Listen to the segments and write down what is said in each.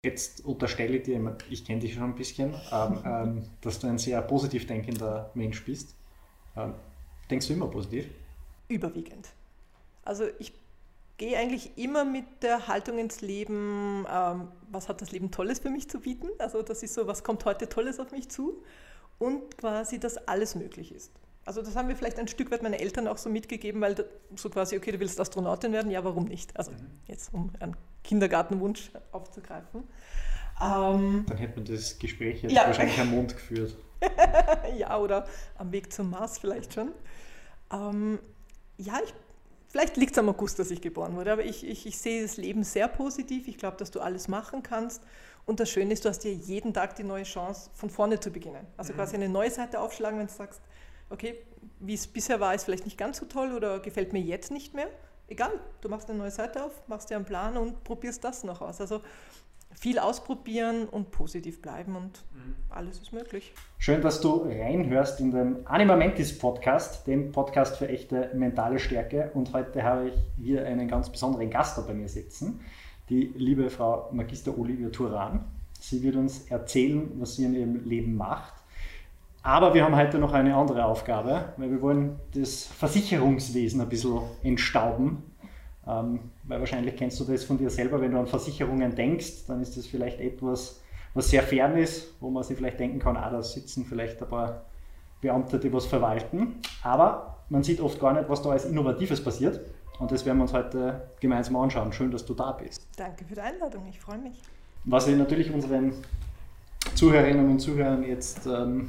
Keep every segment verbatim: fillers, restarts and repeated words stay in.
Jetzt unterstelle ich dir, ich kenne dich schon ein bisschen, ähm, ähm, dass du ein sehr positiv denkender Mensch bist. Ähm, denkst du immer positiv? Überwiegend. Also ich gehe eigentlich immer mit der Haltung ins Leben, ähm, was hat das Leben Tolles für mich zu bieten? Also das ist so, was kommt heute Tolles auf mich zu? Und quasi, dass alles möglich ist. Also das haben wir vielleicht ein Stück weit meine Eltern auch so mitgegeben, weil da, so quasi, okay, du willst Astronautin werden, ja, warum nicht? Also jetzt, um einen Kindergartenwunsch aufzugreifen. Ähm, Dann hätte man das Gespräch jetzt ja. wahrscheinlich am Mond geführt. Ja, oder am Weg zum Mars vielleicht schon. Ähm, ja, ich, vielleicht liegt es am August, dass ich geboren wurde, aber ich, ich, ich sehe das Leben sehr positiv. Ich glaube, dass du alles machen kannst. Und das Schöne ist, du hast dir jeden Tag die neue Chance, von vorne zu beginnen. Also mhm. quasi eine neue Seite aufschlagen, wenn du sagst, okay, wie es bisher war, ist vielleicht nicht ganz so toll oder gefällt mir jetzt nicht mehr. Egal, du machst eine neue Seite auf, machst dir einen Plan und probierst das noch aus. Also viel ausprobieren und positiv bleiben und mhm. alles ist möglich. Schön, dass du reinhörst in den Anima Mentis Podcast, dem Podcast für echte mentale Stärke. Und heute habe ich hier einen ganz besonderen Gast da bei mir sitzen, die liebe Frau Magister Olivia Thuran. Sie wird uns erzählen, was sie in ihrem Leben macht. Aber wir haben heute noch eine andere Aufgabe, weil wir wollen das Versicherungswesen ein bisschen entstauben. Ähm, weil wahrscheinlich kennst du das von dir selber, wenn du an Versicherungen denkst, dann ist das vielleicht etwas, was sehr fern ist, wo man sich vielleicht denken kann, ah, da sitzen vielleicht ein paar Beamte, die was verwalten. Aber man sieht oft gar nicht, was da als Innovatives passiert. Und das werden wir uns heute gemeinsam anschauen. Schön, dass du da bist. Danke für die Einladung, ich freue mich. Was ich natürlich unseren Zuhörerinnen und Zuhörern jetzt ähm,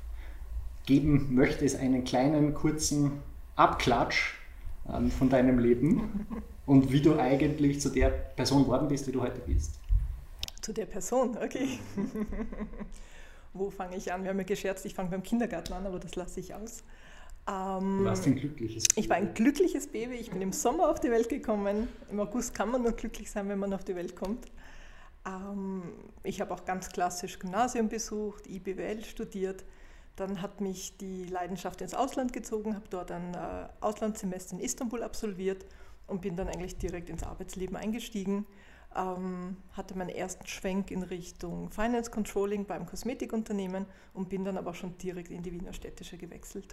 geben möchte, ist einen kleinen, kurzen Abklatsch ähm, von deinem Leben und wie du eigentlich zu der Person geworden bist, die du heute bist. Zu der Person, okay. Wo fange ich an? Wir haben ja gescherzt, ich fange beim Kindergarten an, aber das lasse ich aus. Ähm, du warst ein glückliches Baby. Ich war ein glückliches Baby. Ich bin im Sommer auf die Welt gekommen. Im August kann man nur glücklich sein, wenn man auf die Welt kommt. Ähm, ich habe auch ganz klassisch Gymnasium besucht, I B W L studiert. Dann hat mich die Leidenschaft ins Ausland gezogen, habe dort ein äh, Auslandssemester in Istanbul absolviert und bin dann eigentlich direkt ins Arbeitsleben eingestiegen. Ähm, hatte meinen ersten Schwenk in Richtung Finance Controlling beim Kosmetikunternehmen und bin dann aber schon direkt in die Wiener Städtische gewechselt.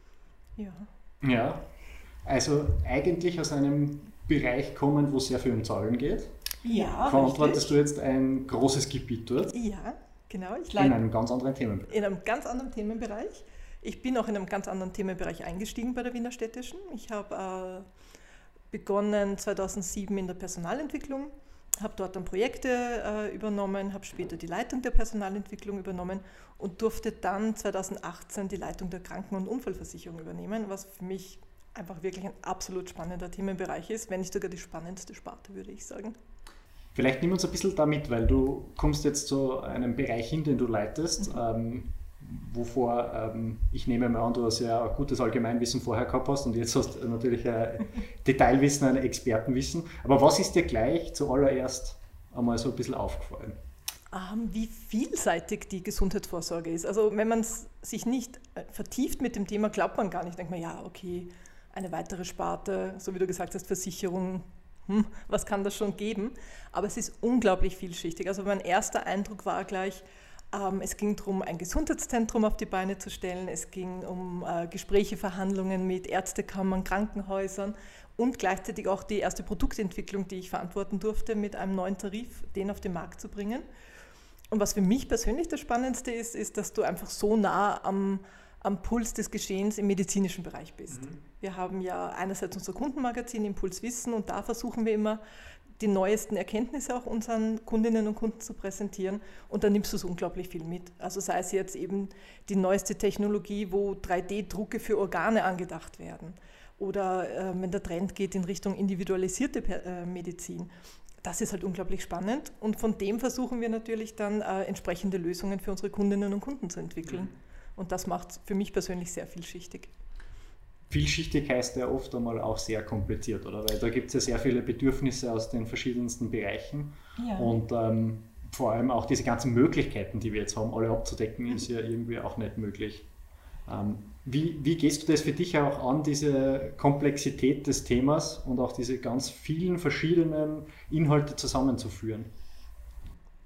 Ja. Ja, also eigentlich aus einem Bereich kommend, wo es sehr viel um Zahlen geht. Ja, verantwortest du jetzt ein großes Gebiet dort? Ja, genau. Ich in einem ganz anderen Themenbereich. In einem ganz anderen Themenbereich. Ich bin auch in einem ganz anderen Themenbereich eingestiegen bei der Wiener Städtischen. Ich habe äh, begonnen zweitausendsieben in der Personalentwicklung, habe dort dann Projekte äh, übernommen, habe später die Leitung der Personalentwicklung übernommen und durfte dann zweitausendachtzehn die Leitung der Kranken- und Unfallversicherung übernehmen, was für mich einfach wirklich ein absolut spannender Themenbereich ist, wenn nicht sogar die spannendste Sparte, würde ich sagen. Vielleicht nimm uns ein bisschen da mit, weil du kommst jetzt zu einem Bereich hin, den du leitest, mhm. ähm, wovor ähm, ich nehme mal an, du hast ja ein gutes Allgemeinwissen vorher gehabt hast und jetzt hast du natürlich ein Detailwissen, ein Expertenwissen. Aber was ist dir gleich zuallererst einmal so ein bisschen aufgefallen? Ähm, wie vielseitig die Gesundheitsvorsorge ist. Also wenn man sich nicht vertieft mit dem Thema, glaubt man gar nicht, denkt man, ja, okay, eine weitere Sparte, so wie du gesagt hast, Versicherung, hm, was kann das schon geben? Aber es ist unglaublich vielschichtig. Also mein erster Eindruck war gleich, ähm, es ging darum, ein Gesundheitszentrum auf die Beine zu stellen. Es ging um äh, Gespräche, Verhandlungen mit Ärztekammern, Krankenhäusern und gleichzeitig auch die erste Produktentwicklung, die ich verantworten durfte, mit einem neuen Tarif, den auf den Markt zu bringen. Und was für mich persönlich das Spannendste ist, ist, dass du einfach so nah am, am Puls des Geschehens im medizinischen Bereich bist. Mhm. Wir haben ja einerseits unser Kundenmagazin Impuls Wissen und da versuchen wir immer, die neuesten Erkenntnisse auch unseren Kundinnen und Kunden zu präsentieren und da nimmst du so unglaublich viel mit. Also sei es jetzt eben die neueste Technologie, wo drei D Drucke für Organe angedacht werden oder äh, wenn der Trend geht in Richtung individualisierte äh, Medizin. Das ist halt unglaublich spannend und von dem versuchen wir natürlich dann äh, entsprechende Lösungen für unsere Kundinnen und Kunden zu entwickeln. Und das macht es für mich persönlich sehr vielschichtig. Vielschichtig heißt ja oft einmal auch sehr kompliziert, oder? Weil da gibt es ja sehr viele Bedürfnisse aus den verschiedensten Bereichen. Ja. Und ähm, vor allem auch diese ganzen Möglichkeiten, die wir jetzt haben, alle abzudecken, ist ja irgendwie auch nicht möglich. Ähm, wie, wie gehst du das für dich auch an, diese Komplexität des Themas und auch diese ganz vielen verschiedenen Inhalte zusammenzuführen?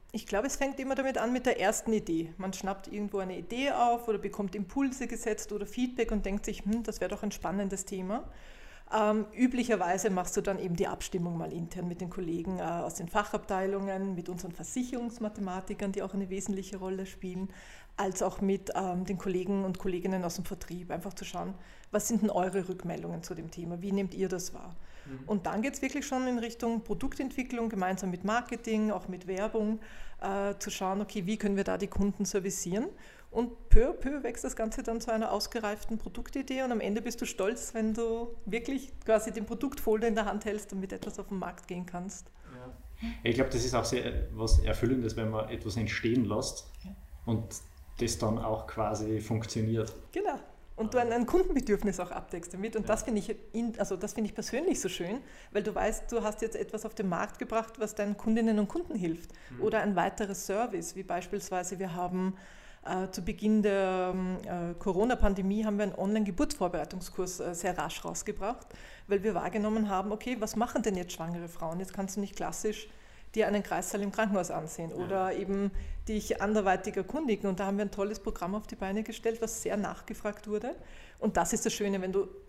Ich glaube, es fängt immer damit an mit der ersten Idee. Man schnappt irgendwo eine Idee auf oder bekommt Impulse gesetzt oder Feedback und denkt sich, hm, das wäre doch ein spannendes Thema. Ähm, üblicherweise machst du dann eben die Abstimmung mal intern mit den Kollegen äh, aus den Fachabteilungen, mit unseren Versicherungsmathematikern, die auch eine wesentliche Rolle spielen, als auch mit ähm, den Kollegen und Kolleginnen aus dem Vertrieb, einfach zu schauen, was sind denn eure Rückmeldungen zu dem Thema, wie nehmt ihr das wahr? Mhm. Und dann geht es wirklich schon in Richtung Produktentwicklung, gemeinsam mit Marketing, auch mit Werbung, äh, zu schauen, okay, wie können wir da die Kunden servicieren? Und peu à peu wächst das Ganze dann zu einer ausgereiften Produktidee und am Ende bist du stolz, wenn du wirklich quasi den Produktfolder in der Hand hältst und mit etwas auf den Markt gehen kannst. Ja. Ich glaube, das ist auch sehr was Erfüllendes, wenn man etwas entstehen lässt ja. und das dann auch quasi funktioniert. Genau. Und du ein, ein Kundenbedürfnis auch abdeckst damit. Und ja. das finde ich, also das finde ich persönlich so schön, weil du weißt, du hast jetzt etwas auf den Markt gebracht, was deinen Kundinnen und Kunden hilft. Mhm. Oder ein weiteres Service, wie beispielsweise wir haben äh, zu Beginn der äh, Corona-Pandemie haben wir einen Online-Geburtsvorbereitungskurs äh, sehr rasch rausgebracht, weil wir wahrgenommen haben, okay, was machen denn jetzt schwangere Frauen? Jetzt kannst du nicht klassisch dir einen Kreissaal im Krankenhaus ansehen oder eben dich anderweitig erkundigen. Und da haben wir ein tolles Programm auf die Beine gestellt, was sehr nachgefragt wurde. Und das ist das Schöne, wenn du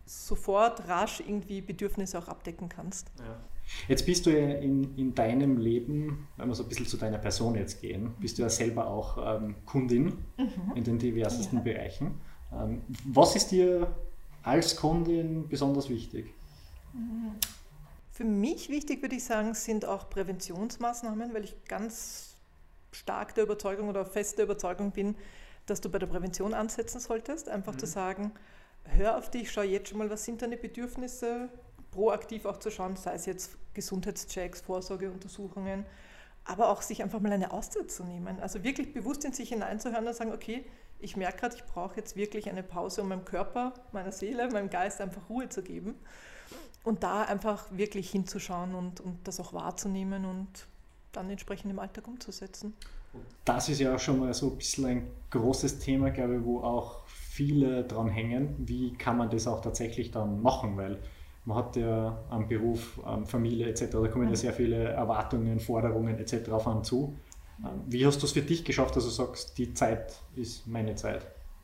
sofort rasch irgendwie Bedürfnisse auch abdecken kannst. Ja. Jetzt bist du ja in, in deinem Leben, wenn wir so ein bisschen zu deiner Person jetzt gehen, bist du ja selber auch ähm, Kundin mhm. in den diversesten ja. Bereichen. Ähm, was ist dir als Kundin besonders wichtig? Mhm. Für mich wichtig, würde ich sagen, sind auch Präventionsmaßnahmen, weil ich ganz stark der Überzeugung oder fest der Überzeugung bin, dass du bei der Prävention ansetzen solltest. Einfach mhm. zu sagen, hör auf dich, schau jetzt schon mal, was sind deine Bedürfnisse, proaktiv auch zu schauen, sei es jetzt Gesundheitschecks, Vorsorgeuntersuchungen, aber auch sich einfach mal eine Auszeit zu nehmen. Also wirklich bewusst in sich hineinzuhören und sagen, okay, ich merke gerade, ich brauche jetzt wirklich eine Pause, um meinem Körper, meiner Seele, meinem Geist einfach Ruhe zu geben. Und da einfach wirklich hinzuschauen und, und das auch wahrzunehmen und dann entsprechend im Alltag umzusetzen. Das ist ja auch schon mal so ein bisschen ein großes Thema, glaube ich, wo auch viele dran hängen. Wie kann man das auch tatsächlich dann machen? Weil man hat ja am Beruf, an Familie et cetera, da kommen mhm. ja sehr viele Erwartungen, Forderungen et cetera auf einen zu. Wie hast du es für dich geschafft, dass du sagst, die Zeit ist meine Zeit?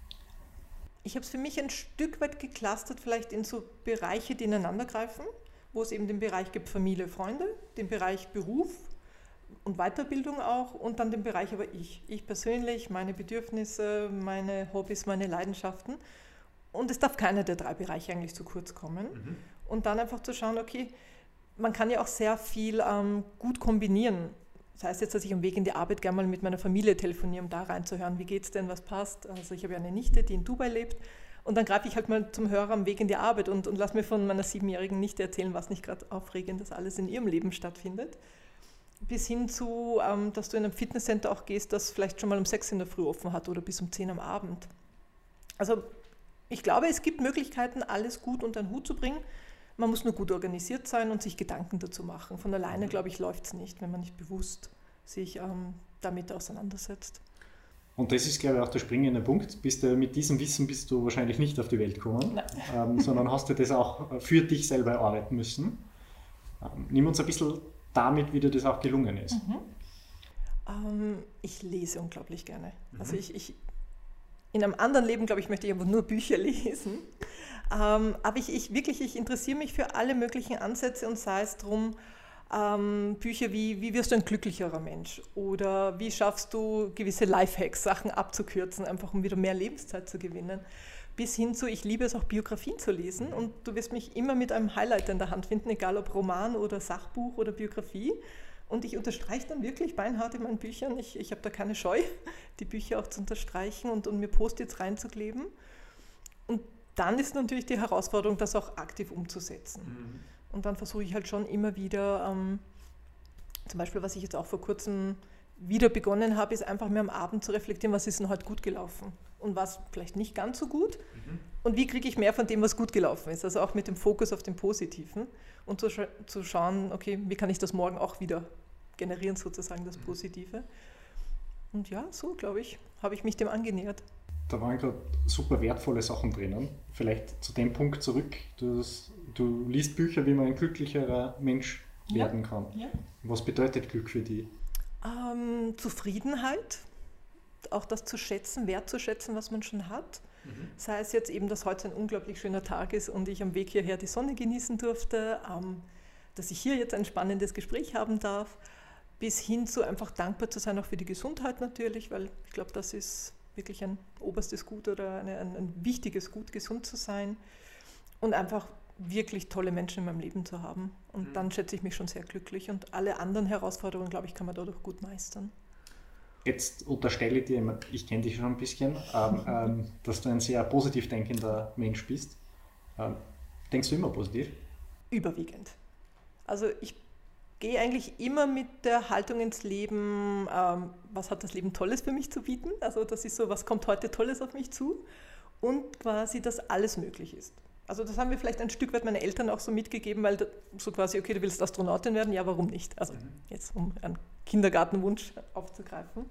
Ich habe es für mich ein Stück weit geclustert, vielleicht in so Bereiche, die ineinander greifen, wo es eben den Bereich gibt Familie, Freunde, den Bereich Beruf und Weiterbildung auch und dann den Bereich aber ich. Ich persönlich, meine Bedürfnisse, meine Hobbys, meine Leidenschaften. Und es darf keiner der drei Bereiche eigentlich zu kurz kommen. Mhm. Und dann einfach zu schauen, okay, man kann ja auch sehr viel ähm, gut kombinieren. Das heißt jetzt, dass ich am Weg in die Arbeit gerne mal mit meiner Familie telefoniere, um da reinzuhören, wie geht's denn, was passt. Also ich habe ja eine Nichte, die in Dubai lebt und dann greife ich halt mal zum Hörer am Weg in die Arbeit und, und lasse mir von meiner siebenjährigen Nichte erzählen, was nicht gerade Aufregendes alles in ihrem Leben stattfindet. Bis hin zu, ähm, dass du in einem Fitnesscenter auch gehst, das vielleicht schon mal um sechs in der Früh offen hat oder bis um zehn am Abend. Also ich glaube, es gibt Möglichkeiten, alles gut unter den Hut zu bringen. Man muss nur gut organisiert sein und sich Gedanken dazu machen. Von alleine, glaube ich, läuft es nicht, wenn man nicht bewusst sich ähm, damit auseinandersetzt. Und das ist, glaube ich, auch der springende Punkt. Bist du, mit diesem Wissen bist du wahrscheinlich nicht auf die Welt gekommen, ähm, sondern hast du das auch für dich selber erarbeiten müssen. Ähm, nimm uns ein bisschen damit, wie dir das auch gelungen ist. Mhm. Ähm, ich lese unglaublich gerne. Mhm. Also ich, ich in einem anderen Leben, glaube ich, möchte ich einfach nur Bücher lesen. Ähm, aber ich, ich wirklich, ich interessiere mich für alle möglichen Ansätze und sei es drum, ähm, Bücher wie, wie wirst du ein glücklicherer Mensch oder wie schaffst du gewisse Lifehacks, Sachen abzukürzen, einfach um wieder mehr Lebenszeit zu gewinnen, bis hin zu, ich liebe es auch Biografien zu lesen und du wirst mich immer mit einem Highlighter in der Hand finden, egal ob Roman oder Sachbuch oder Biografie. Und ich unterstreiche dann wirklich beinhart in meinen Büchern. Ich, ich habe da keine Scheu, die Bücher auch zu unterstreichen und, und mir Post-its reinzukleben. Und dann ist natürlich die Herausforderung, das auch aktiv umzusetzen. Mhm. Und dann versuche ich halt schon immer wieder, ähm, zum Beispiel, was ich jetzt auch vor kurzem wieder begonnen habe, ist einfach mir am Abend zu reflektieren, was ist denn heute gut gelaufen und was vielleicht nicht ganz so gut. Mhm. Und wie kriege ich mehr von dem, was gut gelaufen ist. Also auch mit dem Fokus auf den Positiven und zu, scha- zu schauen, okay, wie kann ich das morgen auch wieder generieren, sozusagen das Positive. Und ja, so, glaube ich, habe ich mich dem angenähert. Da waren gerade super wertvolle Sachen drinnen. Vielleicht zu dem Punkt zurück. Du, hast, du liest Bücher, wie man ein glücklicherer Mensch werden ja. kann. Ja. Was bedeutet Glück für dich? Ähm, Zufriedenheit, auch das zu schätzen, wertzuschätzen, was man schon hat. Mhm. Sei es jetzt eben, dass heute ein unglaublich schöner Tag ist und ich am Weg hierher die Sonne genießen durfte, ähm, dass ich hier jetzt ein spannendes Gespräch haben darf, bis hin zu einfach dankbar zu sein, auch für die Gesundheit natürlich, weil ich glaube, das ist wirklich ein oberstes Gut oder eine, ein, ein wichtiges Gut, gesund zu sein und einfach wirklich tolle Menschen in meinem Leben zu haben. Und mhm. dann schätze ich mich schon sehr glücklich und alle anderen Herausforderungen, glaube ich, kann man dadurch gut meistern. Jetzt unterstelle ich dir, ich kenne dich schon ein bisschen, ähm, ähm, dass du ein sehr positiv denkender Mensch bist. Ähm, denkst du immer positiv? Überwiegend. Also ich gehe eigentlich immer mit der Haltung ins Leben, ähm, was hat das Leben Tolles für mich zu bieten? Also das ist so, was kommt heute Tolles auf mich zu? Und quasi, dass alles möglich ist. Also das haben mir vielleicht ein Stück weit meine Eltern auch so mitgegeben, weil da, so quasi, okay, du willst Astronautin werden, ja, warum nicht? Also mhm. jetzt, um einen Kindergartenwunsch aufzugreifen.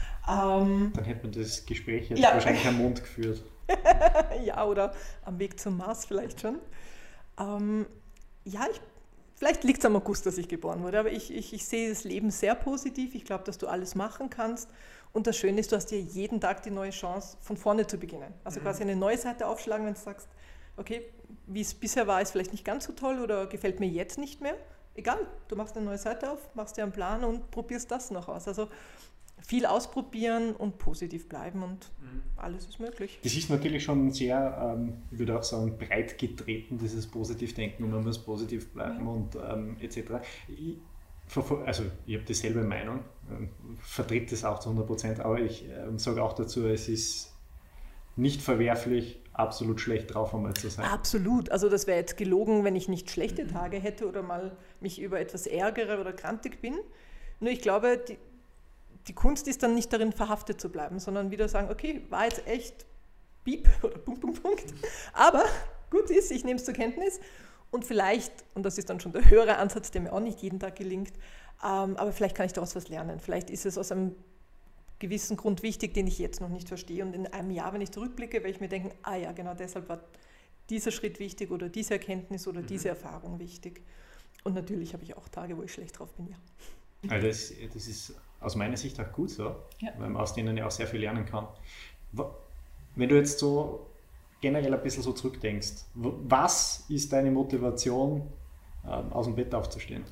Ähm, Dann hätte man das Gespräch jetzt ja. wahrscheinlich am Mond geführt. Ja, oder am Weg zum Mars vielleicht schon. Ähm, ja, ich Vielleicht liegt es am August, dass ich geboren wurde, aber ich, ich, ich sehe das Leben sehr positiv. Ich glaube, dass du alles machen kannst. Und das Schöne ist, du hast dir jeden Tag die neue Chance, von vorne zu beginnen. Also mhm. quasi eine neue Seite aufschlagen, wenn du sagst, okay, wie es bisher war, ist vielleicht nicht ganz so toll oder gefällt mir jetzt nicht mehr. Egal, du machst eine neue Seite auf, machst dir einen Plan und probierst das noch aus. Also viel ausprobieren und positiv bleiben und mhm. alles ist möglich. Das ist natürlich schon sehr, ähm, ich würde auch sagen, breit getreten, dieses Positivdenken und man muss positiv bleiben ja. und ähm, et cetera. Ich, also ich habe dieselbe Meinung, ähm, vertrete das auch zu hundert Prozent, aber ich ähm, sage auch dazu, es ist nicht verwerflich, absolut schlecht drauf einmal zu sein. Absolut, also das wäre jetzt gelogen, wenn ich nicht schlechte Tage hätte oder mal mich über etwas ärgere oder grantig bin. Nur ich glaube, die Die Kunst ist dann nicht darin, verhaftet zu bleiben, sondern wieder sagen, okay, war jetzt echt Piep oder Punkt, Punkt, Punkt. Aber gut ist, ich nehme es zur Kenntnis und vielleicht, und das ist dann schon der höhere Ansatz, der mir auch nicht jeden Tag gelingt, ähm, aber vielleicht kann ich daraus was lernen. Vielleicht ist es aus einem gewissen Grund wichtig, den ich jetzt noch nicht verstehe. Und in einem Jahr, wenn ich zurückblicke, werde ich mir denken, ah ja, genau deshalb war dieser Schritt wichtig oder diese Erkenntnis oder mhm. diese Erfahrung wichtig. Und natürlich habe ich auch Tage, wo ich schlecht drauf bin, ja. Also das, das ist aus meiner Sicht auch gut so, ja. weil man aus denen ja auch sehr viel lernen kann. Wenn du jetzt so generell ein bisschen so zurückdenkst, was ist deine Motivation, ähm, aus dem Bett aufzustehen?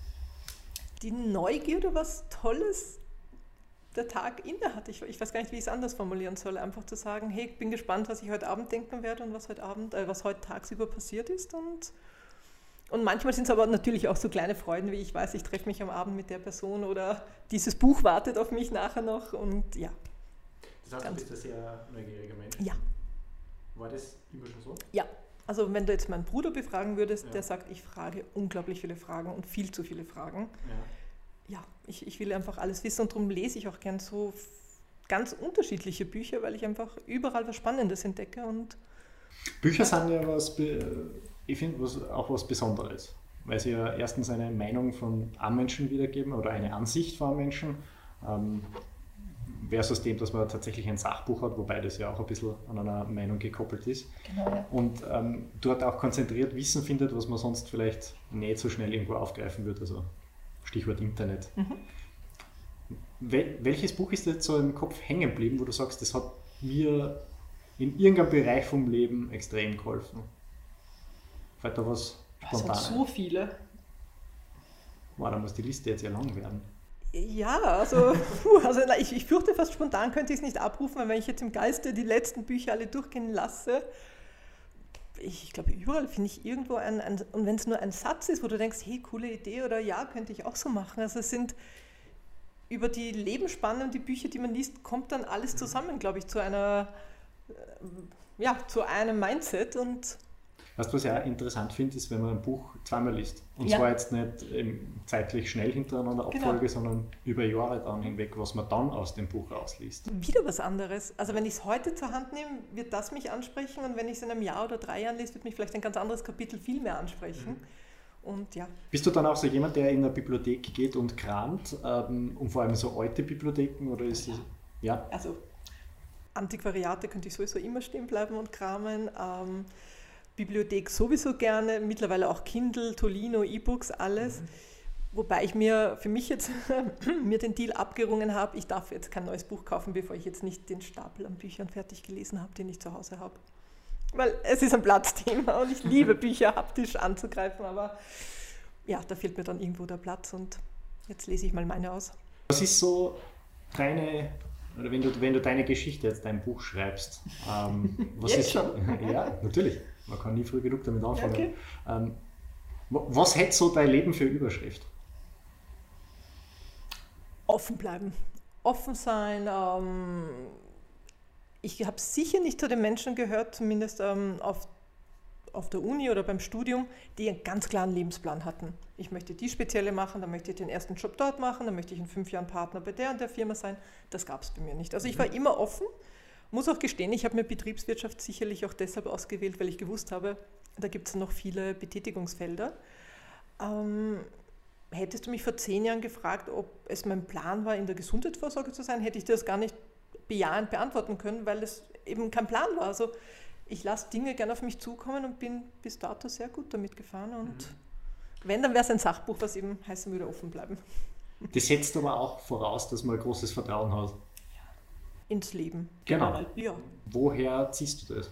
Die Neugierde, was Tolles der Tag inne hat. Ich, ich weiß gar nicht, wie ich es anders formulieren soll. Einfach zu sagen, hey, ich bin gespannt, was ich heute Abend denken werde und was heute Abend, äh, was heute tagsüber passiert ist. Und Und manchmal sind es aber natürlich auch so kleine Freuden, wie ich weiß, ich treffe mich am Abend mit der Person oder dieses Buch wartet auf mich nachher noch und ja. Das heißt, du bist ein sehr neugieriger Mensch? Ja. War das immer schon so? Ja, also wenn du jetzt meinen Bruder befragen würdest, ja. der sagt, ich frage unglaublich viele Fragen und viel zu viele Fragen. Ja, ja ich, ich will einfach alles wissen und darum lese ich auch gern so ganz unterschiedliche Bücher, weil ich einfach überall was Spannendes entdecke. Und Bücher sind ja was... Ich finde was, auch was Besonderes, weil sie ja erstens eine Meinung von einem Menschen wiedergeben oder eine Ansicht von einem Menschen, ähm, versus dem, dass man tatsächlich ein Sachbuch hat, wobei das ja auch ein bisschen an einer Meinung gekoppelt ist. Genau, ja. Und ähm, dort auch konzentriert Wissen findet, was man sonst vielleicht nicht so schnell irgendwo aufgreifen würde, also Stichwort Internet. Mhm. Wel- welches Buch ist jetzt so im Kopf hängen geblieben, wo du sagst, das hat mir in irgendeinem Bereich vom Leben extrem geholfen? Fällt da was spontan? Es hat so viele. Wow, da muss die Liste jetzt ja lang werden. Ja, also, puh, also ich, ich fürchte fast spontan könnte ich es nicht abrufen, weil wenn ich jetzt im Geiste die letzten Bücher alle durchgehen lasse, ich, ich glaube überall finde ich irgendwo ein, ein und wenn es nur ein Satz ist, wo du denkst, hey, coole Idee oder ja, könnte ich auch so machen. Also es sind über die Lebensspanne und die Bücher, die man liest, kommt dann alles zusammen, glaube ich, zu einer, ja, zu einem Mindset und Weißt du, was ich auch interessant finde, ist, wenn man ein Buch zweimal liest. Und ja. zwar jetzt nicht zeitlich schnell hintereinander Abfolge, genau. sondern über Jahre dann hinweg, was man dann aus dem Buch rausliest. Wieder was anderes. Also wenn ich es heute zur Hand nehme, wird das mich ansprechen und wenn ich es in einem Jahr oder drei Jahren lese, wird mich vielleicht ein ganz anderes Kapitel viel mehr ansprechen. Mhm. Und ja. Bist du dann auch so jemand, der in eine Bibliothek geht und kramt, ähm, und vor allem so alte Bibliotheken? Oder ist ja. das, ja? Also Antiquariate könnte ich sowieso immer stehen bleiben und kramen. Ähm, Bibliothek sowieso gerne, mittlerweile auch Kindle, Tolino, E-Books, alles. Wobei ich mir für mich jetzt mir den Deal abgerungen habe, ich darf jetzt kein neues Buch kaufen, bevor ich jetzt nicht den Stapel an Büchern fertig gelesen habe, den ich zu Hause habe. Weil es ist ein Platzthema und ich liebe Bücher haptisch anzugreifen, aber ja, da fehlt mir dann irgendwo der Platz und jetzt lese ich mal meine aus. Was ist so deine, oder wenn du, wenn du deine Geschichte jetzt, dein Buch schreibst, ähm, was jetzt ist schon? Ja, natürlich, man kann nie früh genug damit anfangen. Okay. Ähm, was hätte so dein Leben für Überschrift? Offen bleiben. Offen sein. Ähm, ich habe sicher nicht zu den Menschen gehört, zumindest ähm, auf, auf der Uni oder beim Studium, die einen ganz klaren Lebensplan hatten. Ich möchte die spezielle machen, dann möchte ich den ersten Job dort machen, dann möchte ich in fünf Jahren Partner bei der und der Firma sein. Das gab es bei mir nicht. Also ich war immer offen. Muss auch gestehen, ich habe mir Betriebswirtschaft sicherlich auch deshalb ausgewählt, weil ich gewusst habe, da gibt es noch viele Betätigungsfelder. Ähm, Hättest du mich vor zehn Jahren gefragt, ob es mein Plan war, in der Gesundheitsvorsorge zu sein, hätte ich das gar nicht bejahend beantworten können, weil es eben kein Plan war. Also ich lasse Dinge gerne auf mich zukommen und bin bis dato sehr gut damit gefahren. Und mhm. wenn, dann wäre es ein Sachbuch, was eben heißen würde, offen bleiben. Das setzt aber auch voraus, dass man großes Vertrauen hat. Ins Leben. Genau. Ja. Woher ziehst du das?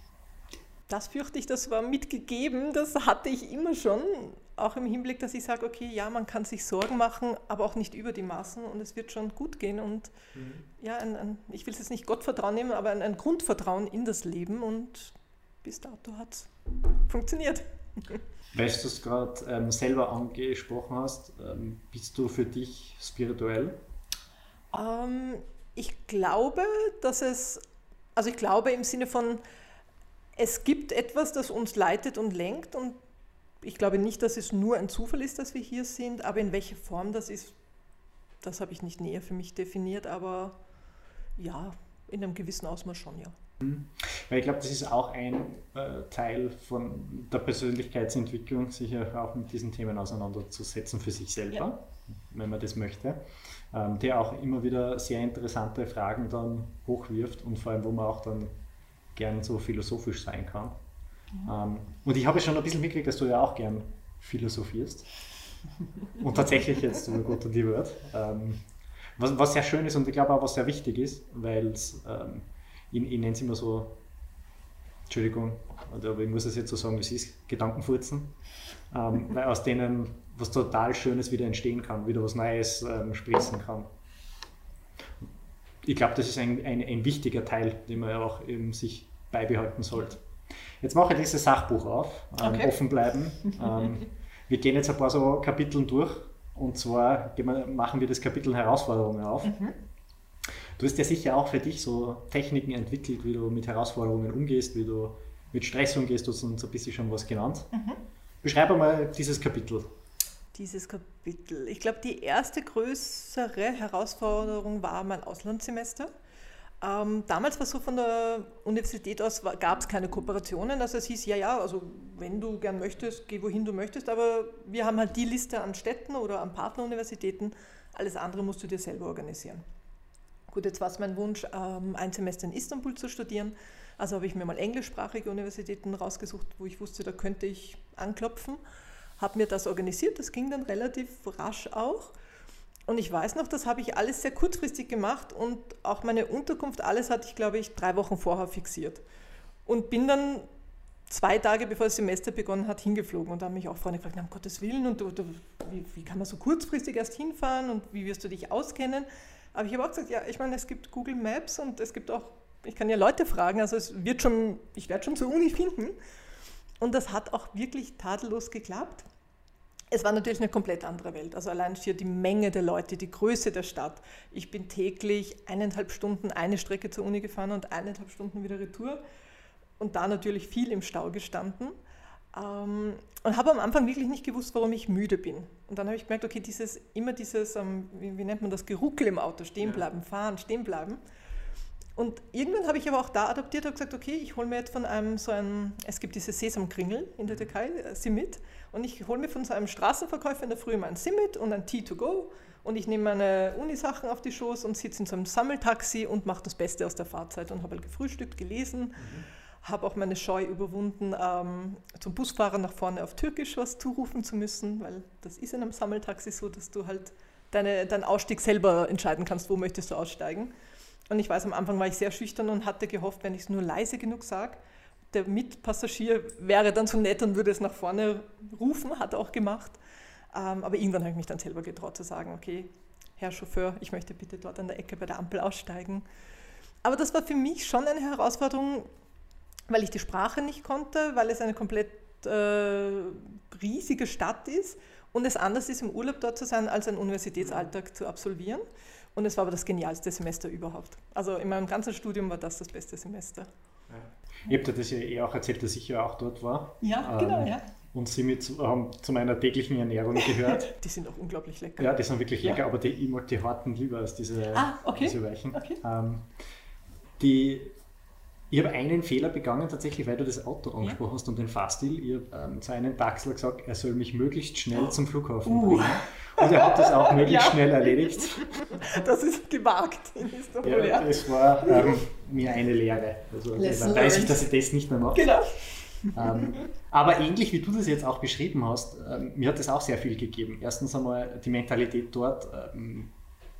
Das fürchte ich, das war mitgegeben, das hatte ich immer schon, auch im Hinblick, dass ich sage, okay, ja, man kann sich Sorgen machen, aber auch nicht über die Maßen und es wird schon gut gehen und mhm. ja, ein, ein, ich will es jetzt nicht Gottvertrauen nehmen, aber ein, ein Grundvertrauen in das Leben und bis dato hat es funktioniert. Weil du es gerade ähm, selber angesprochen hast, ähm, bist du für dich spirituell? Ähm, ich glaube, dass es, also ich glaube im Sinne von, es gibt etwas, das uns leitet und lenkt und ich glaube nicht, dass es nur ein Zufall ist, dass wir hier sind, aber in welcher Form das ist, das habe ich nicht näher für mich definiert, aber ja, in einem gewissen Ausmaß schon, ja. Weil ich glaube, das ist auch ein äh, Teil von der Persönlichkeitsentwicklung, sich auch mit diesen Themen auseinanderzusetzen für sich selber, ja. wenn man das möchte, ähm, der auch immer wieder sehr interessante Fragen dann hochwirft und vor allem, wo man auch dann gern so philosophisch sein kann. Mhm. Ähm, und ich habe schon ein bisschen mitgekriegt, dass du ja auch gern philosophierst. Und tatsächlich jetzt über Gott und die Welt. Ähm, was, was sehr schön ist und ich glaube auch, was sehr wichtig ist, weil es, ähm, ich, ich nenne es immer so, Entschuldigung, aber ich muss es jetzt so sagen, wie es ist, Gedankenfurzen, ähm, weil aus denen was total Schönes wieder entstehen kann, wieder was Neues ähm, sprießen kann. Ich glaube, das ist ein, ein, ein wichtiger Teil, den man ja auch eben sich beibehalten sollte. Jetzt mache ich dieses Sachbuch auf, ähm, okay. offen bleiben. Ähm, wir gehen jetzt ein paar so Kapiteln durch und zwar gehen wir, machen wir das Kapitel Herausforderungen auf. Mhm. Du hast ja sicher auch für dich so Techniken entwickelt, wie du mit Herausforderungen umgehst, wie du mit Stress umgehst, du hast uns ein bisschen schon was genannt. Mhm. Beschreib mal dieses Kapitel. Dieses Kapitel. Ich glaube, die erste größere Herausforderung war mein Auslandssemester. Ähm, damals war es so, von der Universität aus gab es keine Kooperationen. Also es hieß, ja, ja, also wenn du gern möchtest, geh wohin du möchtest, aber wir haben halt die Liste an Städten oder an Partneruniversitäten, alles andere musst du dir selber organisieren. Gut, jetzt war es mein Wunsch, ähm, ein Semester in Istanbul zu studieren. Also habe ich mir mal englischsprachige Universitäten rausgesucht, wo ich wusste, da könnte ich anklopfen. Habe mir das organisiert, das ging dann relativ rasch auch. Und ich weiß noch, das habe ich alles sehr kurzfristig gemacht und auch meine Unterkunft, alles hatte ich, glaube ich, drei Wochen vorher fixiert. Und bin dann zwei Tage, bevor das Semester begonnen hat, hingeflogen. Und da haben mich auch Freunde gefragt, um Gottes Willen, und du, du, wie, wie kann man so kurzfristig erst hinfahren und wie wirst du dich auskennen? Aber ich habe auch gesagt, ja, ich meine, es gibt Google Maps und es gibt auch, ich kann ja Leute fragen, also es wird schon, ich werde schon zur Uni finden. Und das hat auch wirklich tadellos geklappt. Es war natürlich eine komplett andere Welt. Also allein hier die Menge der Leute, die Größe der Stadt. Ich bin täglich eineinhalb Stunden eine Strecke zur Uni gefahren und eineinhalb Stunden wieder retour. Und da natürlich viel im Stau gestanden. Ähm, und habe am Anfang wirklich nicht gewusst, warum ich müde bin. Und dann habe ich gemerkt, okay, dieses, immer dieses, ähm, wie, wie nennt man das, Geruckel im Auto, stehen bleiben, fahren, stehen bleiben. Und irgendwann habe ich aber auch da adaptiert und gesagt, okay, ich hole mir jetzt von einem so einem, es gibt diese Sesamkringel in der Türkei, Simit, und ich hole mir von so einem Straßenverkäufer in der Früh mal ein Simit und ein Tea to go und ich nehme meine Unisachen auf die Schoß und sitze in so einem Sammeltaxi und mache das Beste aus der Fahrzeit und habe halt gefrühstückt, gelesen, mhm. habe auch meine Scheu überwunden, ähm, zum Busfahrer nach vorne auf Türkisch was zurufen zu müssen, weil das ist in einem Sammeltaxi so, dass du halt deine, deinen Ausstieg selber entscheiden kannst, wo möchtest du aussteigen. Und ich weiß, am Anfang war ich sehr schüchtern und hatte gehofft, wenn ich es nur leise genug sage, der Mitpassagier wäre dann so nett und würde es nach vorne rufen, hat er auch gemacht. Ähm, aber irgendwann habe ich mich dann selber getraut zu sagen, okay, Herr Chauffeur, ich möchte bitte dort an der Ecke bei der Ampel aussteigen. Aber das war für mich schon eine Herausforderung, weil ich die Sprache nicht konnte, weil es eine komplett äh, riesige Stadt ist und es anders ist, im Urlaub dort zu sein, als einen Universitätsalltag zu absolvieren. Und es war aber das genialste Semester überhaupt. Also in meinem ganzen Studium war das das beste Semester. Ja. Ich habe dir das ja eh auch erzählt, dass ich ja auch dort war. Ja, ähm, genau, ja. Und sie mit, haben zu meiner täglichen Ernährung gehört. Die sind auch unglaublich lecker. Ja, die sind wirklich lecker, ja. aber die, ich mag die harten lieber als diese, ah, okay. diese weichen. Okay. Ähm, die, ich habe einen Fehler begangen, tatsächlich, weil du das Auto angesprochen ja. hast und den Fahrstil. Ich habe ähm, zu einem Taxler gesagt, er soll mich möglichst schnell oh. zum Flughafen uh. bringen. Und er hat das auch möglichst ja. schnell erledigt. Das ist gewagt in Istanbul, ja. Das war ähm, mir eine Lehre. Also dann weiß ich, dass ich das nicht mehr mache. Genau. Ähm, aber ähnlich wie du das jetzt auch beschrieben hast, ähm, mir hat das auch sehr viel gegeben. Erstens einmal die Mentalität dort ähm,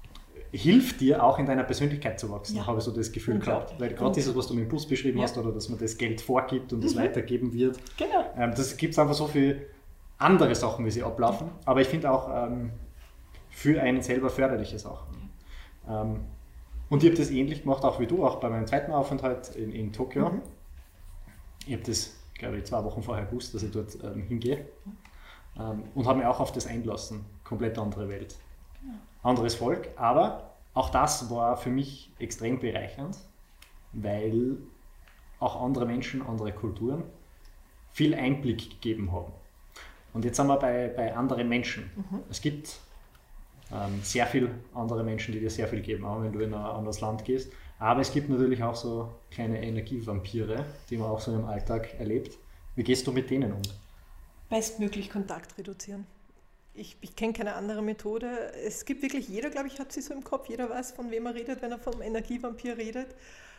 hilft dir auch in deiner Persönlichkeit zu wachsen, ja. habe ich so das Gefühl gehabt. Weil gerade dieses, was du mit dem Bus beschrieben ja. hast, oder dass man das Geld vorgibt und das mhm. weitergeben wird, genau. ähm, das gibt es einfach so viele andere Sachen, wie sie ablaufen. Aber ich finde auch ähm, für einen selber förderliche Sachen. Ähm, und ich habe das ähnlich gemacht, auch wie du, auch bei meinem zweiten Aufenthalt in, in Tokio. Mhm. Ich habe das, glaube ich, zwei Wochen vorher gewusst, dass ich dort ähm, hingehe ähm, und habe mich auch auf das einlassen. Komplett andere Welt. Ja. Anderes Volk, aber auch das war für mich extrem bereichernd, weil auch andere Menschen, andere Kulturen viel Einblick gegeben haben. Und jetzt sind wir bei, bei anderen Menschen. Mhm. Es gibt ähm, sehr viele andere Menschen, die dir sehr viel geben, auch wenn du in ein anderes Land gehst. Aber es gibt natürlich auch so kleine Energievampire, die man auch so im Alltag erlebt. Wie gehst du mit denen um? Bestmöglich Kontakt reduzieren. Ich, ich kenne keine andere Methode. Es gibt wirklich, jeder, glaube ich, hat sie so im Kopf. Jeder weiß, von wem er redet, wenn er vom Energievampir redet.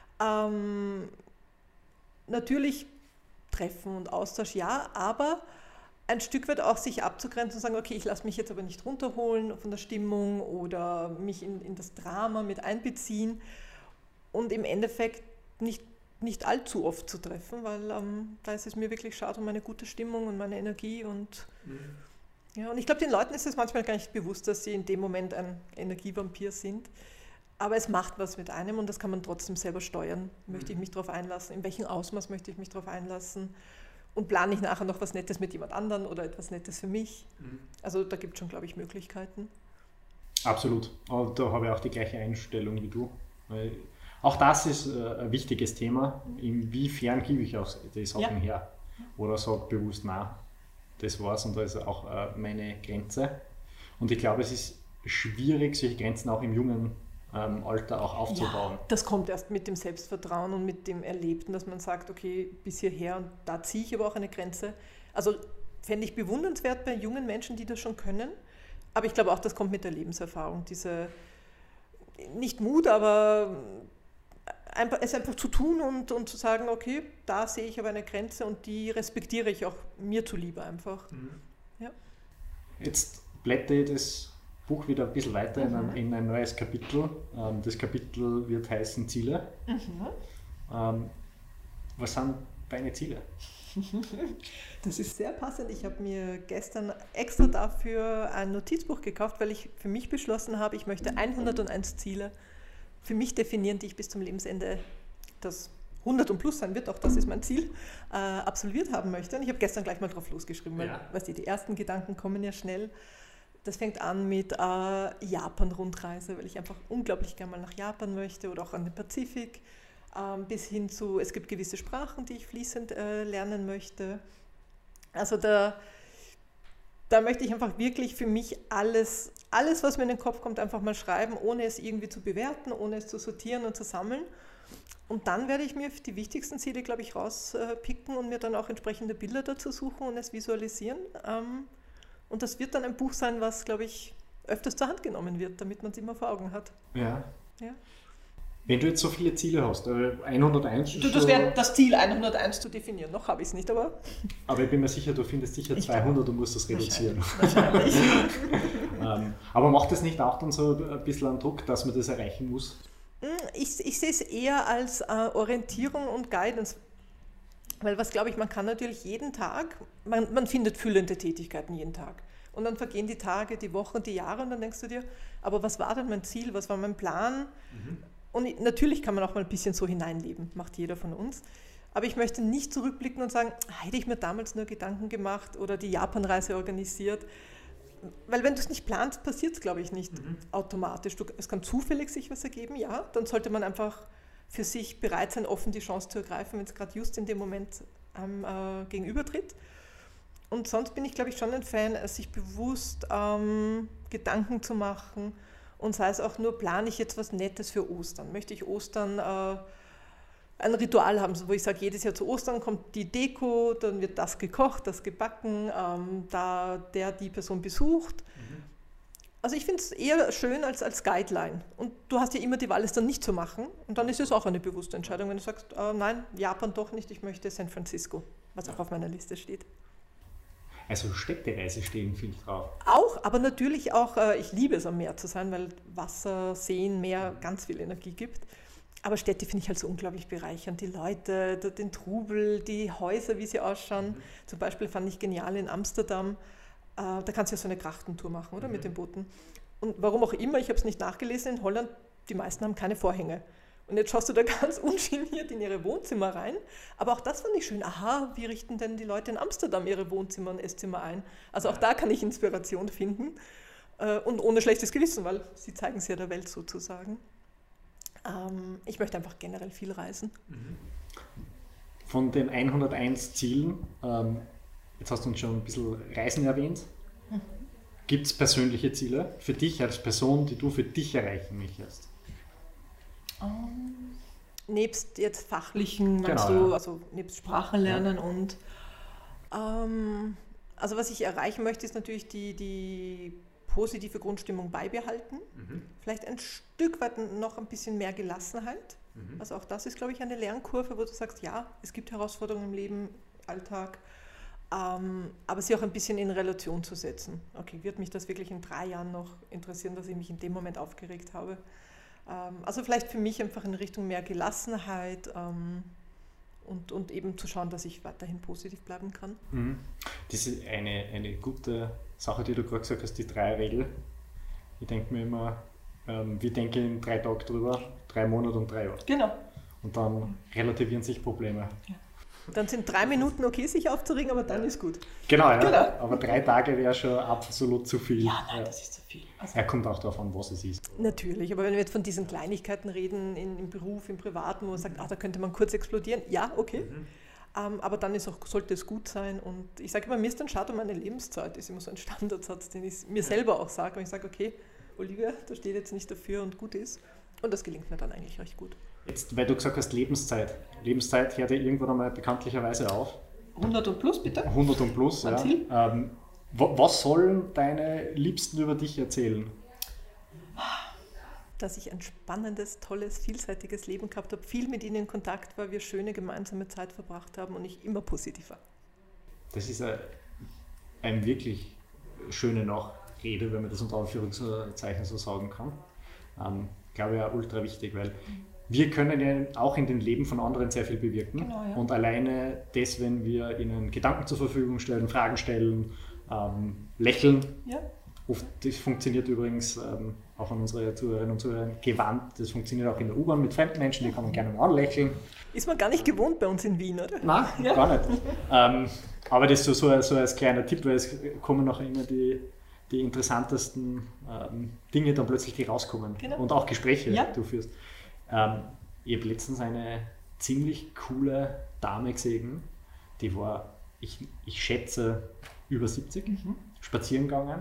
Ähm, natürlich Treffen und Austausch, ja, aber ein Stück weit auch sich abzugrenzen und sagen, okay, ich lasse mich jetzt aber nicht runterholen von der Stimmung oder mich in, in das Drama mit einbeziehen. Und im Endeffekt nicht, nicht allzu oft zu treffen, weil ähm, da ist es mir wirklich schade um meine gute Stimmung und meine Energie. Und, mhm. ja, und ich glaube, den Leuten ist es manchmal gar nicht bewusst, dass sie in dem Moment ein Energievampir sind. Aber es macht was mit einem und das kann man trotzdem selber steuern. Möchte ich mich darauf einlassen? In welchem Ausmaß möchte ich mich darauf einlassen? Und plane ich nachher noch was Nettes mit jemand anderem oder etwas Nettes für mich? Mhm. Also da gibt es schon, glaube ich, Möglichkeiten. Absolut. Und da habe ich auch die gleiche Einstellung wie du. Weil auch das ist äh, ein wichtiges Thema. Inwiefern gebe ich auch die Sachen ja. her? Oder sage bewusst, nein, das war's und da ist auch äh, meine Grenze. Und ich glaube, es ist schwierig, solche Grenzen auch im jungen ähm, Alter auch aufzubauen. Ja, das kommt erst mit dem Selbstvertrauen und mit dem Erlebten, dass man sagt, okay, bis hierher und da ziehe ich aber auch eine Grenze. Also fände ich bewundernswert bei jungen Menschen, die das schon können. Aber ich glaube auch, das kommt mit der Lebenserfahrung. Diese, nicht Mut, aber einfach, es einfach zu tun und, und zu sagen, okay, da sehe ich aber eine Grenze und die respektiere ich auch mir zuliebe einfach. Mhm. Ja. Jetzt blätter ich das Buch wieder ein bisschen weiter mhm. in, ein, in ein neues Kapitel. Das Kapitel wird heißen Ziele. Mhm. Was sind deine Ziele? Das ist sehr passend. Ich habe mir gestern extra dafür ein Notizbuch gekauft, weil ich für mich beschlossen habe, ich möchte hunderteins Ziele für mich definieren, die ich bis zum Lebensende, das hundert und plus sein wird, auch das ist mein Ziel, äh, absolviert haben möchte. Und ich habe gestern gleich mal drauf losgeschrieben, weil ja. weißt du, die ersten Gedanken kommen ja schnell. Das fängt an mit äh, Japan-Rundreise, weil ich einfach unglaublich gerne mal nach Japan möchte oder auch an den Pazifik, ähm, bis hin zu, es gibt gewisse Sprachen, die ich fließend äh, lernen möchte. Also da, da möchte ich einfach wirklich für mich alles, alles, was mir in den Kopf kommt, einfach mal schreiben, ohne es irgendwie zu bewerten, ohne es zu sortieren und zu sammeln. Und dann werde ich mir die wichtigsten Ziele, glaube ich, rauspicken und mir dann auch entsprechende Bilder dazu suchen und es visualisieren. Ähm, Und das wird dann ein Buch sein, was, glaube ich, öfters zur Hand genommen wird, damit man es immer vor Augen hat. Ja. ja. Wenn du jetzt so viele Ziele hast, hunderteins du, Das wäre das Ziel, hunderteins zu definieren. Noch habe ich es nicht, aber... Aber ich bin mir sicher, du findest sicher ich zweihundert und musst das reduzieren. Wahrscheinlich. ähm, aber macht das nicht auch dann so ein bisschen einen Druck, dass man das erreichen muss? Ich, ich sehe es eher als äh, Orientierung und Guidance. Weil was glaube ich, man kann natürlich jeden Tag, man, man findet füllende Tätigkeiten jeden Tag. Und dann vergehen die Tage, die Wochen, die Jahre und dann denkst du dir, aber was war denn mein Ziel, was war mein Plan? Mhm. Und natürlich kann man auch mal ein bisschen so hineinleben, macht jeder von uns. Aber ich möchte nicht zurückblicken und sagen, hätte ich mir damals nur Gedanken gemacht oder die Japanreise organisiert. Weil wenn du es nicht planst, passiert es, glaube ich, nicht mhm. automatisch. Du, es kann zufällig sich was ergeben, ja. Dann sollte man einfach für sich bereit sein, offen die Chance zu ergreifen, wenn es gerade just in dem Moment einem äh, gegenübertritt. Und sonst bin ich, glaube ich, schon ein Fan, sich bewusst ähm, Gedanken zu machen und sei es auch nur, plane ich jetzt was Nettes für Ostern? Möchte ich Ostern äh, ein Ritual haben, wo ich sage, jedes Jahr zu Ostern kommt die Deko, dann wird das gekocht, das gebacken, ähm, da der die Person besucht. Mhm. Also ich finde es eher schön als, als Guideline. Und du hast ja immer die Wahl, es dann nicht zu machen. Und dann ist es auch eine bewusste Entscheidung, wenn du sagst, äh, nein, Japan doch nicht, ich möchte San Francisco, was auch auf meiner Liste steht. Also Städtereise stehen viel drauf. Auch, aber natürlich auch, äh, ich liebe es am Meer zu sein, weil Wasser, Seen, Meer ganz viel Energie gibt. Aber Städte finde ich halt so unglaublich bereichernd. Die Leute, den Trubel, die Häuser, wie sie ausschauen. Mhm. Zum Beispiel fand ich genial in Amsterdam, äh, da kannst du ja so eine Krachtentour machen, oder? Mhm. Mit den Booten. Und warum auch immer, ich habe es nicht nachgelesen, in Holland, die meisten haben keine Vorhänge. Und jetzt schaust du da ganz ungeniert in ihre Wohnzimmer rein. Aber auch das fand ich schön. Aha, wie richten denn die Leute in Amsterdam ihre Wohnzimmer und Esszimmer ein? Also auch da kann ich Inspiration finden. Äh, und ohne schlechtes Gewissen, weil sie zeigen es ja der Welt sozusagen. Ähm, ich möchte einfach generell viel reisen. Von den hunderteins Zielen, ähm, jetzt hast du uns schon ein bisschen Reisen erwähnt. Mhm. Gibt es persönliche Ziele für dich als Person, die du für dich erreichen möchtest? Um, nebst jetzt fachlichen, meinst genau, du, ja. also nebst Sprachen lernen ja. und ähm, also was ich erreichen möchte, ist natürlich die, die positive Grundstimmung beibehalten. Mhm. Vielleicht ein Stück weit noch ein bisschen mehr Gelassenheit. Mhm. Also auch das ist, glaube ich, eine Lernkurve, wo du sagst, ja, es gibt Herausforderungen im Leben, Alltag, ähm, aber sie auch ein bisschen in Relation zu setzen. Okay, wird mich das wirklich in drei Jahren noch interessieren, dass ich mich in dem Moment aufgeregt habe? Also vielleicht für mich einfach in Richtung mehr Gelassenheit ähm, und, und eben zu schauen, dass ich weiterhin positiv bleiben kann. Mhm. Das ist eine, eine gute Sache, die du gerade gesagt hast, die Drei-Regel. Ich denke mir immer, ähm, wir denken in drei Tagen drüber, drei Monate und drei Jahre. Genau. Und dann relativieren sich Probleme. Ja. Dann sind drei Minuten okay, sich aufzuregen, aber dann ist gut. Genau, ja. Genau. Aber drei Tage wäre schon absolut zu viel. Ja, nein, ja. das ist zu viel. Also er kommt auch darauf an, was es ist. Natürlich, aber wenn wir jetzt von diesen Kleinigkeiten reden, in, im Beruf, im Privaten, wo man sagt, ach, da könnte man kurz explodieren, ja, okay. Mhm. Ähm, aber dann ist auch, sollte es gut sein. Und ich sage immer, mir ist dann schade um meine Lebenszeit, ist immer so ein Standardsatz, den ich mir selber auch sage. Und ich sage, okay, Olivia, da steht jetzt nicht dafür und gut ist. Und das gelingt mir dann eigentlich recht gut. Jetzt, weil du gesagt hast, Lebenszeit. Lebenszeit hört ja irgendwann einmal bekanntlicherweise auf. hundert und plus, bitte? hundert und plus, ja. Ähm, was sollen deine Liebsten über dich erzählen? Dass ich ein spannendes, tolles, vielseitiges Leben gehabt habe, viel mit ihnen in Kontakt war, wir schöne gemeinsame Zeit verbracht haben und ich immer positiv war. Das ist eine, eine wirklich schöne Nachrede, wenn man das unter Anführungszeichen so sagen kann. Ähm, glaube ich auch ultra wichtig, weil wir können ja auch in dem Leben von anderen sehr viel bewirken. Genau, ja. Und alleine das, wenn wir ihnen Gedanken zur Verfügung stellen, Fragen stellen, ähm, lächeln. Ja. Oft, das funktioniert übrigens ähm, auch an unsere Zuhörerinnen und Zuhörer gewandt. Das funktioniert auch in der U-Bahn mit fremden Menschen, die kann man gerne mal anlächeln. Ist man gar nicht gewohnt bei uns in Wien, oder? Nein, ja. gar nicht. ähm, aber das ist so, so, so als kleiner Tipp, weil es kommen noch immer die, die interessantesten ähm, Dinge dann plötzlich, die rauskommen. Genau. Und auch Gespräche, ja. die du führst. Ähm, ich habe letztens eine ziemlich coole Dame gesehen, die war, ich, ich schätze, über siebzig, mhm. spazieren gegangen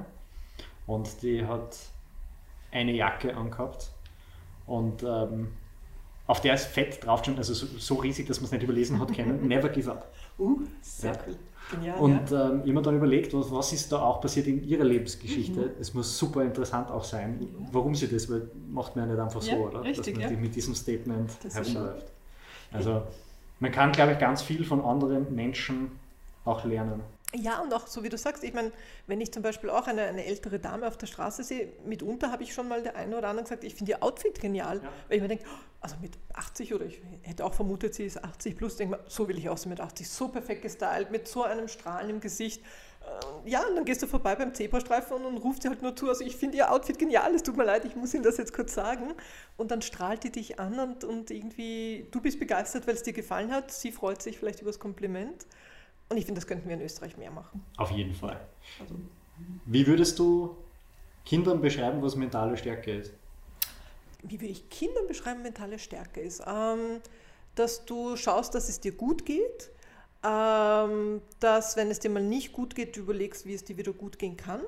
und die hat eine Jacke angehabt und ähm, auf der ist Fett draufgestanden, also so, so riesig, dass man es nicht überlesen hat können. Never give up. Uh, sehr ja. cool. Genial, und ja. ähm, ich habe mir dann überlegt, was, was ist da auch passiert in ihrer Lebensgeschichte. Es mhm. muss super interessant auch sein, ja. warum sie das, weil macht man ja nicht einfach so, ja, oder? Richtig, dass man ja. mit diesem Statement das herumläuft. Also man kann, glaube ich, ganz viel von anderen Menschen auch lernen. Ja, und auch so wie du sagst, ich meine, wenn ich zum Beispiel auch eine, eine ältere Dame auf der Straße sehe, mitunter habe ich schon mal der eine oder andere gesagt, ich finde ihr Outfit genial, ja. weil ich mir denke, also mit achtzig oder ich hätte auch vermutet, sie ist achtzig plus, denke mir, so will ich aussehen mit achtzig, so perfekt gestylt, mit so einem Strahlen im Gesicht. Ja, und dann gehst du vorbei beim Zebrastreifen und, und ruft sie halt nur zu, also ich finde ihr Outfit genial, es tut mir leid, ich muss Ihnen das jetzt kurz sagen. Und dann strahlt die dich an und, und irgendwie, du bist begeistert, weil es dir gefallen hat, sie freut sich vielleicht über das Kompliment. Und ich finde, das könnten wir in Österreich mehr machen. Auf jeden Fall. Also, wie würdest du Kindern beschreiben, was mentale Stärke ist? Wie würde ich Kindern beschreiben, mentale Stärke ist? Ähm, dass du schaust, dass es dir gut geht, ähm, dass, wenn es dir mal nicht gut geht, du überlegst, wie es dir wieder gut gehen kann.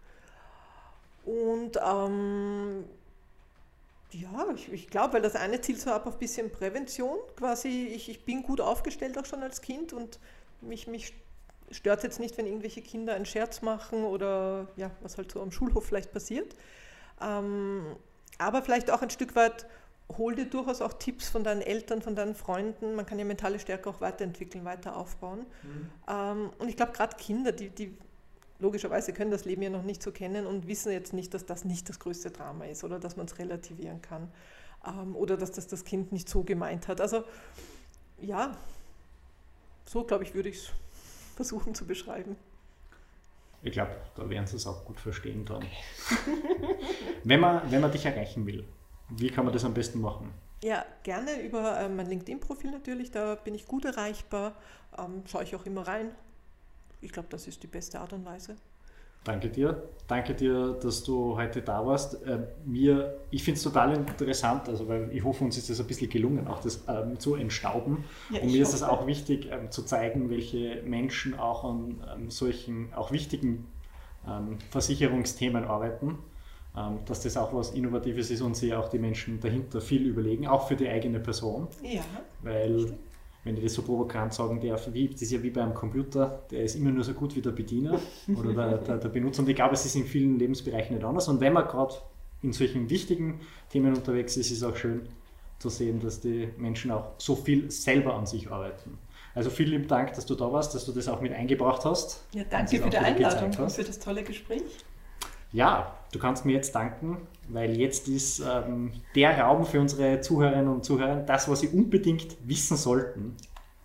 Und ähm, ja, ich, ich glaube, weil das eine zielt so ab auf ein bisschen Prävention. Quasi, ich, ich bin gut aufgestellt auch schon als Kind und Mich, mich stört es jetzt nicht, wenn irgendwelche Kinder einen Scherz machen oder ja, was halt so am Schulhof vielleicht passiert. Ähm, aber vielleicht auch ein Stück weit, hol dir durchaus auch Tipps von deinen Eltern, von deinen Freunden. Man kann ja mentale Stärke auch weiterentwickeln, weiter aufbauen. Mhm. Ähm, und ich glaube, gerade Kinder, die, die logischerweise können das Leben ja noch nicht so kennen und wissen jetzt nicht, dass das nicht das größte Drama ist oder dass man es relativieren kann ähm, oder dass das das Kind nicht so gemeint hat. Also ja, so, glaube ich, würde ich es versuchen zu beschreiben. Ich glaube, da werden Sie es auch gut verstehen dann. wenn, man, wenn man dich erreichen will, wie kann man das am besten machen? Ja, gerne über äh, mein LinkedIn-Profil natürlich, da bin ich gut erreichbar, ähm, schaue ich auch immer rein. Ich glaube, das ist die beste Art und Weise. Danke dir. Danke dir, dass du heute da warst. Äh, mir, ich finde es total interessant, also weil ich hoffe, uns ist es ein bisschen gelungen, auch das ähm, zu entstauben. Ja, und mir ist es auch wichtig, ähm, zu zeigen, welche Menschen auch an ähm, solchen, auch wichtigen ähm, Versicherungsthemen arbeiten. Ähm, dass das auch was Innovatives ist und sich auch die Menschen dahinter viel überlegen, auch für die eigene Person. Ja. Weil richtig. Wenn ich das so provokant sagen darf, wie, das ist ja wie beim Computer, der ist immer nur so gut wie der Bediener oder der, der, der Benutzer. Und ich glaube, es ist in vielen Lebensbereichen nicht anders. Und wenn man gerade in solchen wichtigen Themen unterwegs ist, ist es auch schön zu sehen, dass die Menschen auch so viel selber an sich arbeiten. Also vielen lieben Dank, dass du da warst, dass du das auch mit eingebracht hast. Ja, danke für die Einladung und für das tolle Gespräch. Ja, du kannst mir jetzt danken, weil jetzt ist ähm, der Raum für unsere Zuhörerinnen und Zuhörer, das, was sie unbedingt wissen sollten.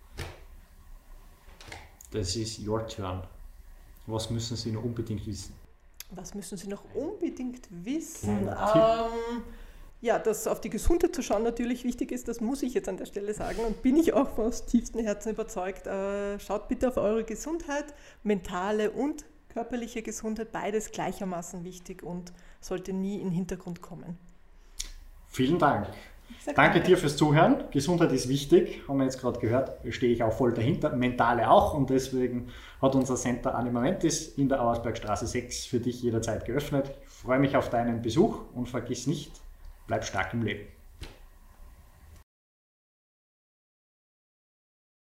Das ist your turn. Was müssen sie noch unbedingt wissen? Was müssen sie noch unbedingt wissen? Ja, ähm, ja, dass auf die Gesundheit zu schauen natürlich wichtig ist, das muss ich jetzt an der Stelle sagen und bin ich auch aus tiefstem Herzen überzeugt. Äh, schaut bitte auf eure Gesundheit, mentale und körperliche Gesundheit, beides gleichermaßen wichtig und sollte nie in den Hintergrund kommen. Vielen Dank. Danke, danke dir fürs Zuhören. Gesundheit ist wichtig, haben wir jetzt gerade gehört, stehe ich auch voll dahinter, mentale auch und deswegen hat unser Center Anima Mentis in der Auersbergstraße sechs für dich jederzeit geöffnet. Ich freue mich auf deinen Besuch und vergiss nicht, bleib stark im Leben.